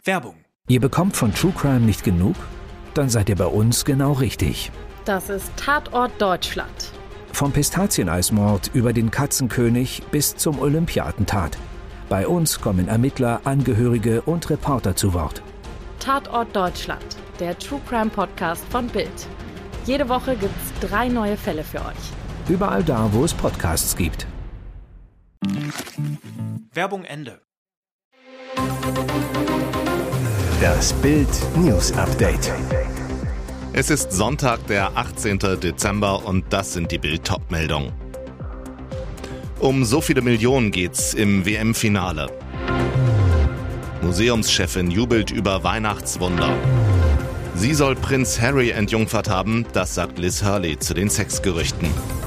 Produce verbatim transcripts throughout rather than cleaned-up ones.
Werbung. Ihr bekommt von True Crime nicht genug? Dann seid ihr bei uns genau richtig. Das ist Tatort Deutschland. Vom Pistazieneismord über den Katzenkönig bis zum Olympiatentat. Bei uns kommen Ermittler, Angehörige und Reporter zu Wort. Tatort Deutschland, der True Crime Podcast von Bild. Jede Woche gibt's drei neue Fälle für euch. Überall da, wo es Podcasts gibt. Werbung Ende. Das Bild News Update. Es ist Sonntag, der achtzehnten Dezember und das sind die Bild-Top-Meldungen. Um so viele Millionen geht's im W M-Finale. Museumschefin jubelt über Weihnachtswunder. Sie soll Prinz Harry entjungfert haben, das sagt Liz Hurley zu den Sexgerüchten.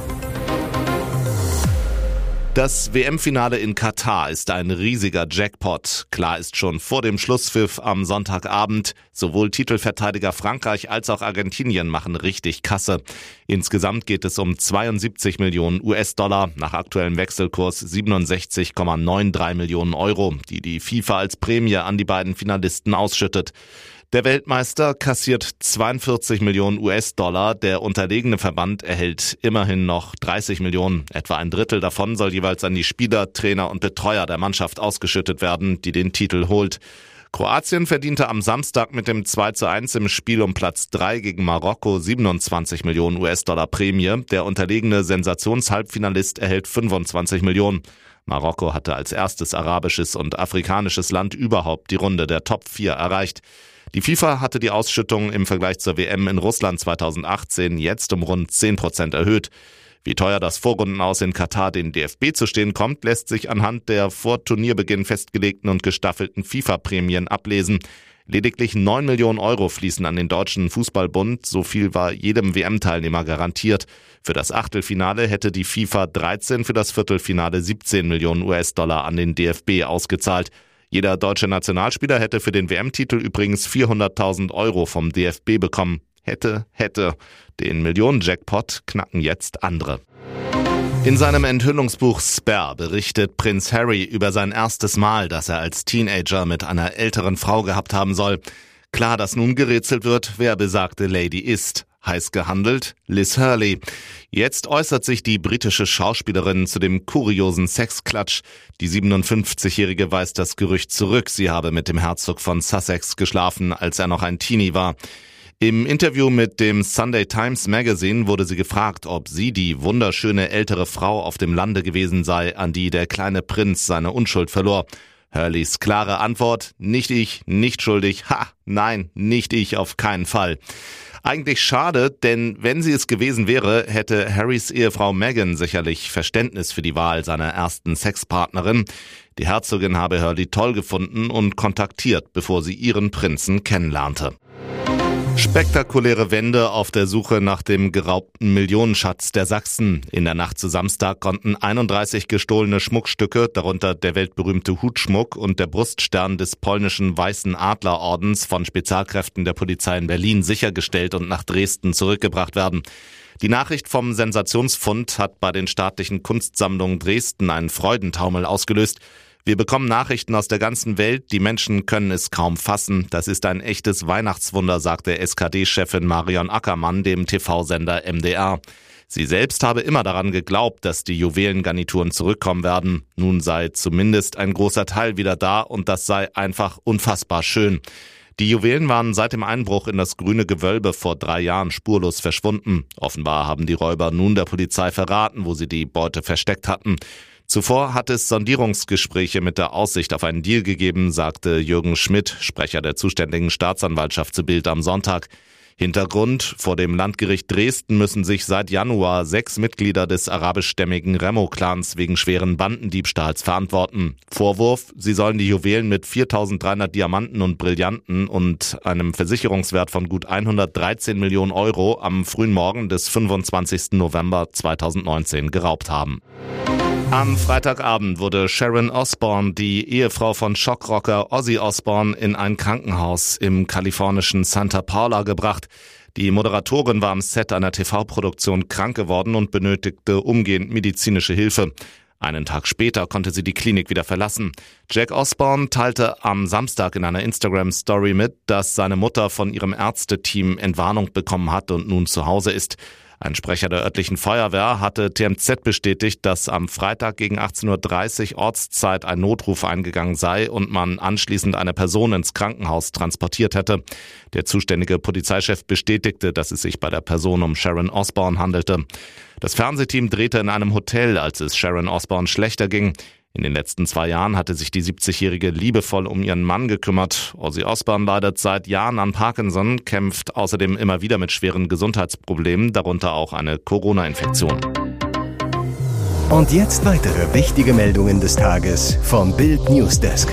Das W M-Finale in Katar ist ein riesiger Jackpot. Klar ist schon vor dem Schlusspfiff am Sonntagabend, sowohl Titelverteidiger Frankreich als auch Argentinien machen richtig Kasse. Insgesamt geht es um zweiundsiebzig Millionen U S-Dollar, nach aktuellem Wechselkurs siebenundsechzig Komma dreiundneunzig Millionen Euro, die die FIFA als Prämie an die beiden Finalisten ausschüttet. Der Weltmeister kassiert zweiundvierzig Millionen U S-Dollar, der unterlegene Verband erhält immerhin noch dreißig Millionen. Etwa ein Drittel davon soll jeweils an die Spieler, Trainer und Betreuer der Mannschaft ausgeschüttet werden, die den Titel holt. Kroatien verdiente am Samstag mit dem zwei zu eins im Spiel um Platz drei gegen Marokko siebenundzwanzig Millionen U S-Dollar Prämie. Der unterlegene Sensationshalbfinalist erhält fünfundzwanzig Millionen. Marokko hatte als erstes arabisches und afrikanisches Land überhaupt die Runde der Top vier erreicht. Die FIFA hatte die Ausschüttung im Vergleich zur W M in Russland zweitausendachtzehn jetzt um rund zehn Prozent erhöht. Wie teuer das Vorrundenaus in Katar den D F B zu stehen kommt, lässt sich anhand der vor Turnierbeginn festgelegten und gestaffelten FIFA-Prämien ablesen. Lediglich neun Millionen Euro fließen an den Deutschen Fußballbund, so viel war jedem W M-Teilnehmer garantiert. Für das Achtelfinale hätte die FIFA dreizehn, für das Viertelfinale siebzehn Millionen U S-Dollar an den D F B ausgezahlt. Jeder deutsche Nationalspieler hätte für den W M-Titel übrigens vierhunderttausend Euro vom D F B bekommen. Hätte, hätte. Den Millionen-Jackpot knacken jetzt andere. In seinem Enthüllungsbuch Spare berichtet Prinz Harry über sein erstes Mal, das er als Teenager mit einer älteren Frau gehabt haben soll. Klar, dass nun gerätselt wird, wer besagte Lady ist. Heiß gehandelt, Liz Hurley. Jetzt äußert sich die britische Schauspielerin zu dem kuriosen Sexklatsch. Die siebenundfünfzigjährige weist das Gerücht zurück, sie habe mit dem Herzog von Sussex geschlafen, als er noch ein Teenie war. Im Interview mit dem Sunday Times Magazine wurde sie gefragt, ob sie die wunderschöne ältere Frau auf dem Lande gewesen sei, an die der kleine Prinz seine Unschuld verlor. Hurleys klare Antwort: Nicht ich, nicht schuldig. Ha, nein, nicht ich, auf keinen Fall. Eigentlich schade, denn wenn sie es gewesen wäre, hätte Harrys Ehefrau Meghan sicherlich Verständnis für die Wahl seiner ersten Sexpartnerin. Die Herzogin habe Hurley toll gefunden und kontaktiert, bevor sie ihren Prinzen kennenlernte. Spektakuläre Wende auf der Suche nach dem geraubten Millionenschatz der Sachsen. In der Nacht zu Samstag konnten einunddreißig gestohlene Schmuckstücke, darunter der weltberühmte Hutschmuck und der Bruststern des polnischen Weißen Adlerordens, von Spezialkräften der Polizei in Berlin sichergestellt und nach Dresden zurückgebracht werden. Die Nachricht vom Sensationsfund hat bei den staatlichen Kunstsammlungen Dresden einen Freudentaumel ausgelöst. Wir bekommen Nachrichten aus der ganzen Welt, die Menschen können es kaum fassen. Das ist ein echtes Weihnachtswunder, sagte S K D-Chefin Marion Ackermann dem T V-Sender M D R. Sie selbst habe immer daran geglaubt, dass die Juwelengarnituren zurückkommen werden. Nun sei zumindest ein großer Teil wieder da und das sei einfach unfassbar schön. Die Juwelen waren seit dem Einbruch in das grüne Gewölbe vor drei Jahren spurlos verschwunden. Offenbar haben die Räuber nun der Polizei verraten, wo sie die Beute versteckt hatten. Zuvor hat es Sondierungsgespräche mit der Aussicht auf einen Deal gegeben, sagte Jürgen Schmidt, Sprecher der zuständigen Staatsanwaltschaft, zu Bild am Sonntag. Hintergrund: Vor dem Landgericht Dresden müssen sich seit Januar sechs Mitglieder des arabischstämmigen Remo-Clans wegen schweren Bandendiebstahls verantworten. Vorwurf: Sie sollen die Juwelen mit viertausenddreihundert Diamanten und Brillanten und einem Versicherungswert von gut hundertdreizehn Millionen Euro am frühen Morgen des fünfundzwanzigsten November zweitausendneunzehn geraubt haben. Am Freitagabend wurde Sharon Osbourne, die Ehefrau von Schockrocker Ozzy Osbourne, in ein Krankenhaus im kalifornischen Santa Paula gebracht. Die Moderatorin war am Set einer T V-Produktion krank geworden und benötigte umgehend medizinische Hilfe. Einen Tag später konnte sie die Klinik wieder verlassen. Jack Osbourne teilte am Samstag in einer Instagram-Story mit, dass seine Mutter von ihrem Ärzteteam Entwarnung bekommen hat und nun zu Hause ist. Ein Sprecher der örtlichen Feuerwehr hatte T M Z bestätigt, dass am Freitag gegen achtzehn Uhr dreißig Ortszeit ein Notruf eingegangen sei und man anschließend eine Person ins Krankenhaus transportiert hätte. Der zuständige Polizeichef bestätigte, dass es sich bei der Person um Sharon Osbourne handelte. Das Fernsehteam drehte in einem Hotel, als es Sharon Osbourne schlechter ging. In den letzten zwei Jahren hatte sich die siebzigjährige liebevoll um ihren Mann gekümmert. Ozzy Osbourne leidet seit Jahren an Parkinson, kämpft außerdem immer wieder mit schweren Gesundheitsproblemen, darunter auch eine Corona-Infektion. Und jetzt weitere wichtige Meldungen des Tages vom Bild Newsdesk.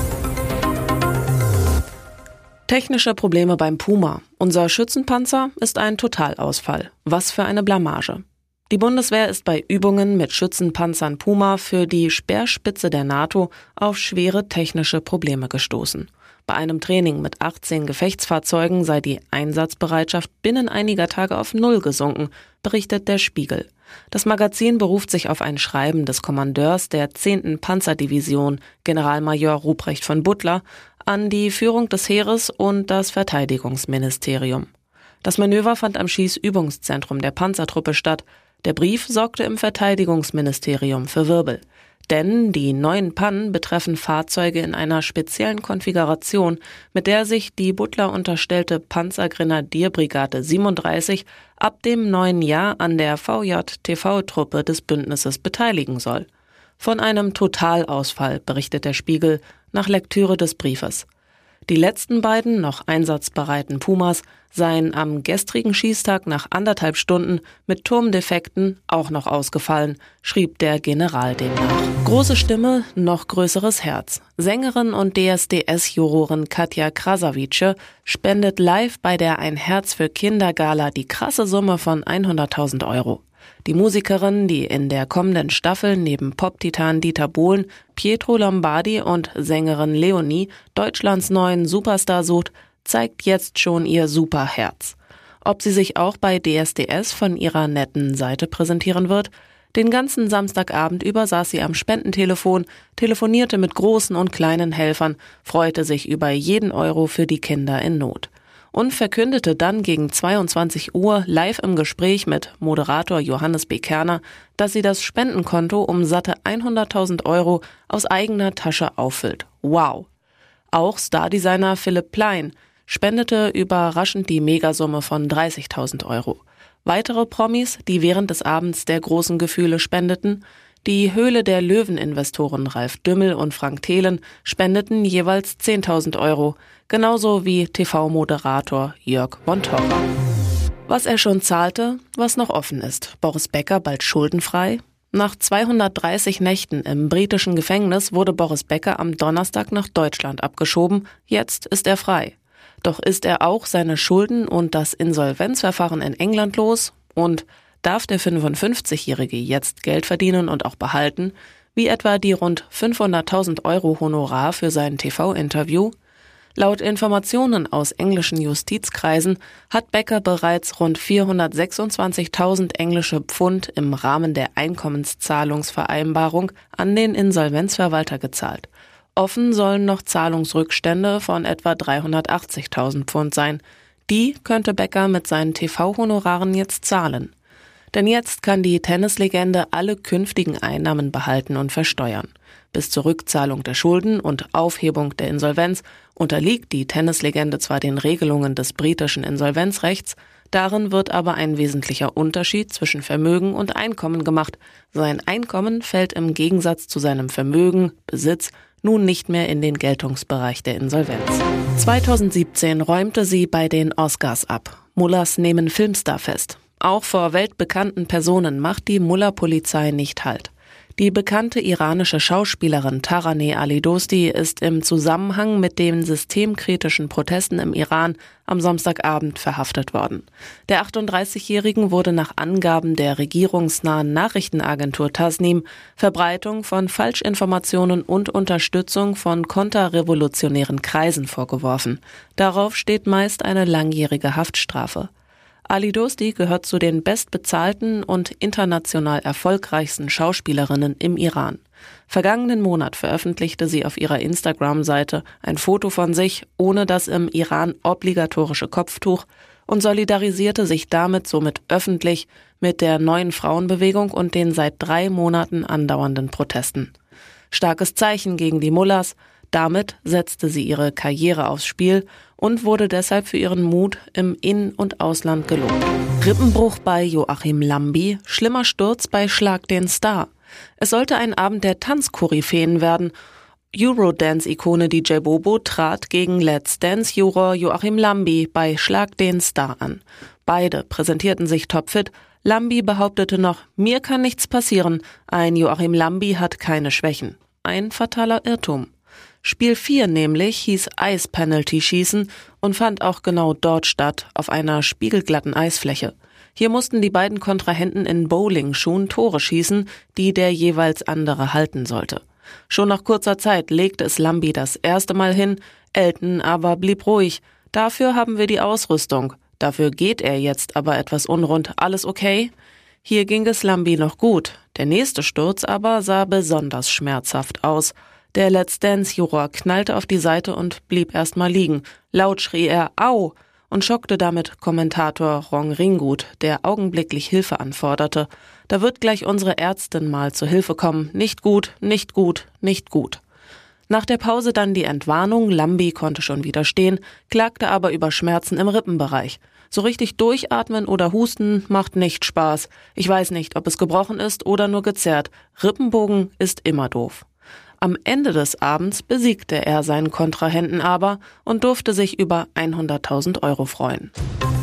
Technische Probleme beim Puma. Unser Schützenpanzer ist ein Totalausfall. Was für eine Blamage. Die Bundeswehr ist bei Übungen mit Schützenpanzern Puma für die Speerspitze der NATO auf schwere technische Probleme gestoßen. Bei einem Training mit achtzehn Gefechtsfahrzeugen sei die Einsatzbereitschaft binnen einiger Tage auf Null gesunken, berichtet der Spiegel. Das Magazin beruft sich auf ein Schreiben des Kommandeurs der zehnten Panzerdivision, Generalmajor Ruprecht von Butler, an die Führung des Heeres und das Verteidigungsministerium. Das Manöver fand am Schießübungszentrum der Panzertruppe statt. Der Brief sorgte im Verteidigungsministerium für Wirbel. Denn die neuen Pannen betreffen Fahrzeuge in einer speziellen Konfiguration, mit der sich die Butler unterstellte Panzergrenadierbrigade siebenunddreißig ab dem neuen Jahr an der V J T V-Truppe des Bündnisses beteiligen soll. Von einem Totalausfall berichtet der Spiegel nach Lektüre des Briefes. Die letzten beiden noch einsatzbereiten Pumas seien am gestrigen Schießtag nach anderthalb Stunden mit Turmdefekten auch noch ausgefallen, schrieb der General demnach. Große Stimme, noch größeres Herz. Sängerin und D S D S-Jurorin Katja Krasavice spendet live bei der Ein Herz für Kinder-Gala die krasse Summe von hunderttausend Euro. Die Musikerin, die in der kommenden Staffel neben Pop-Titan Dieter Bohlen, Pietro Lombardi und Sängerin Leonie Deutschlands neuen Superstar sucht, zeigt jetzt schon ihr Superherz. Ob sie sich auch bei D S D S von ihrer netten Seite präsentieren wird? Den ganzen Samstagabend über saß sie am Spendentelefon, telefonierte mit großen und kleinen Helfern, freute sich über jeden Euro für die Kinder in Not. Und verkündete dann gegen zweiundzwanzig Uhr live im Gespräch mit Moderator Johannes B. Kerner, dass sie das Spendenkonto um satte hunderttausend Euro aus eigener Tasche auffüllt. Wow! Auch Stardesigner Philipp Plein spendete überraschend die Megasumme von dreißigtausend Euro. Weitere Promis, die während des Abends der großen Gefühle spendeten, die Höhle der Löwen-Investoren Ralf Dümmel und Frank Thelen spendeten jeweils zehntausend Euro, genauso wie T V-Moderator Jörg von Torra. Was er schon zahlte, was noch offen ist. Boris Becker bald schuldenfrei? Nach zweihundertdreißig Nächten im britischen Gefängnis wurde Boris Becker am Donnerstag nach Deutschland abgeschoben. Jetzt ist er frei. Doch ist er auch seine Schulden und das Insolvenzverfahren in England los? Und darf der fünfundfünfzigjährige jetzt Geld verdienen und auch behalten, wie etwa die rund fünfhunderttausend Euro Honorar für sein T V-Interview? Laut Informationen aus englischen Justizkreisen hat Becker bereits rund vierhundertsechsundzwanzigtausend englische Pfund im Rahmen der Einkommenszahlungsvereinbarung an den Insolvenzverwalter gezahlt. Offen sollen noch Zahlungsrückstände von etwa dreihundertachtzigtausend Pfund sein. Die könnte Becker mit seinen T V-Honoraren jetzt zahlen. Denn jetzt kann die Tennislegende alle künftigen Einnahmen behalten und versteuern. Bis zur Rückzahlung der Schulden und Aufhebung der Insolvenz unterliegt die Tennislegende zwar den Regelungen des britischen Insolvenzrechts, darin wird aber ein wesentlicher Unterschied zwischen Vermögen und Einkommen gemacht. Sein Einkommen fällt im Gegensatz zu seinem Vermögen, Besitz, nun nicht mehr in den Geltungsbereich der Insolvenz. zweitausendsiebzehn räumte sie bei den Oscars ab. Mullahs nehmen Filmstar fest. Auch vor weltbekannten Personen macht die Mullah-Polizei nicht Halt. Die bekannte iranische Schauspielerin Taraneh Ali Dosti ist im Zusammenhang mit den systemkritischen Protesten im Iran am Samstagabend verhaftet worden. Der achtunddreißigjährigen wurde nach Angaben der regierungsnahen Nachrichtenagentur Tasnim Verbreitung von Falschinformationen und Unterstützung von konterrevolutionären Kreisen vorgeworfen. Darauf steht meist eine langjährige Haftstrafe. Ali Dosti gehört zu den bestbezahlten und international erfolgreichsten Schauspielerinnen im Iran. Vergangenen Monat veröffentlichte sie auf ihrer Instagram-Seite ein Foto von sich ohne das im Iran obligatorische Kopftuch und solidarisierte sich damit somit öffentlich mit der neuen Frauenbewegung und den seit drei Monaten andauernden Protesten. Starkes Zeichen gegen die Mullahs. Damit setzte sie ihre Karriere aufs Spiel und wurde deshalb für ihren Mut im In- und Ausland gelobt. Rippenbruch bei Joachim Lambi, schlimmer Sturz bei Schlag den Star. Es sollte ein Abend der Tanzkoryphäen werden. Eurodance-Ikone D J Bobo trat gegen Let's Dance-Juror Joachim Lambi bei Schlag den Star an. Beide präsentierten sich topfit. Lambi behauptete noch, mir kann nichts passieren. Ein Joachim Lambi hat keine Schwächen. Ein fataler Irrtum. Spiel vier nämlich hieß Eis-Penalty-Schießen und fand auch genau dort statt, auf einer spiegelglatten Eisfläche. Hier mussten die beiden Kontrahenten in Bowlingschuhen Tore schießen, die der jeweils andere halten sollte. Schon nach kurzer Zeit legte es Lambi das erste Mal hin, Elton aber blieb ruhig. Dafür haben wir die Ausrüstung. Dafür geht er jetzt aber etwas unrund. Alles okay? Hier ging es Lambi noch gut. Der nächste Sturz aber sah besonders schmerzhaft aus. Der Let's Dance-Juror knallte auf die Seite und blieb erstmal liegen. Laut schrie er Au und schockte damit Kommentator Rong Ringut, der augenblicklich Hilfe anforderte. Da wird gleich unsere Ärztin mal zur Hilfe kommen. Nicht gut, nicht gut, nicht gut. Nach der Pause dann die Entwarnung. Lambi konnte schon wieder stehen, klagte aber über Schmerzen im Rippenbereich. So richtig durchatmen oder husten macht nicht Spaß. Ich weiß nicht, ob es gebrochen ist oder nur gezerrt. Rippenbogen ist immer doof. Am Ende des Abends besiegte er seinen Kontrahenten aber und durfte sich über hunderttausend Euro freuen.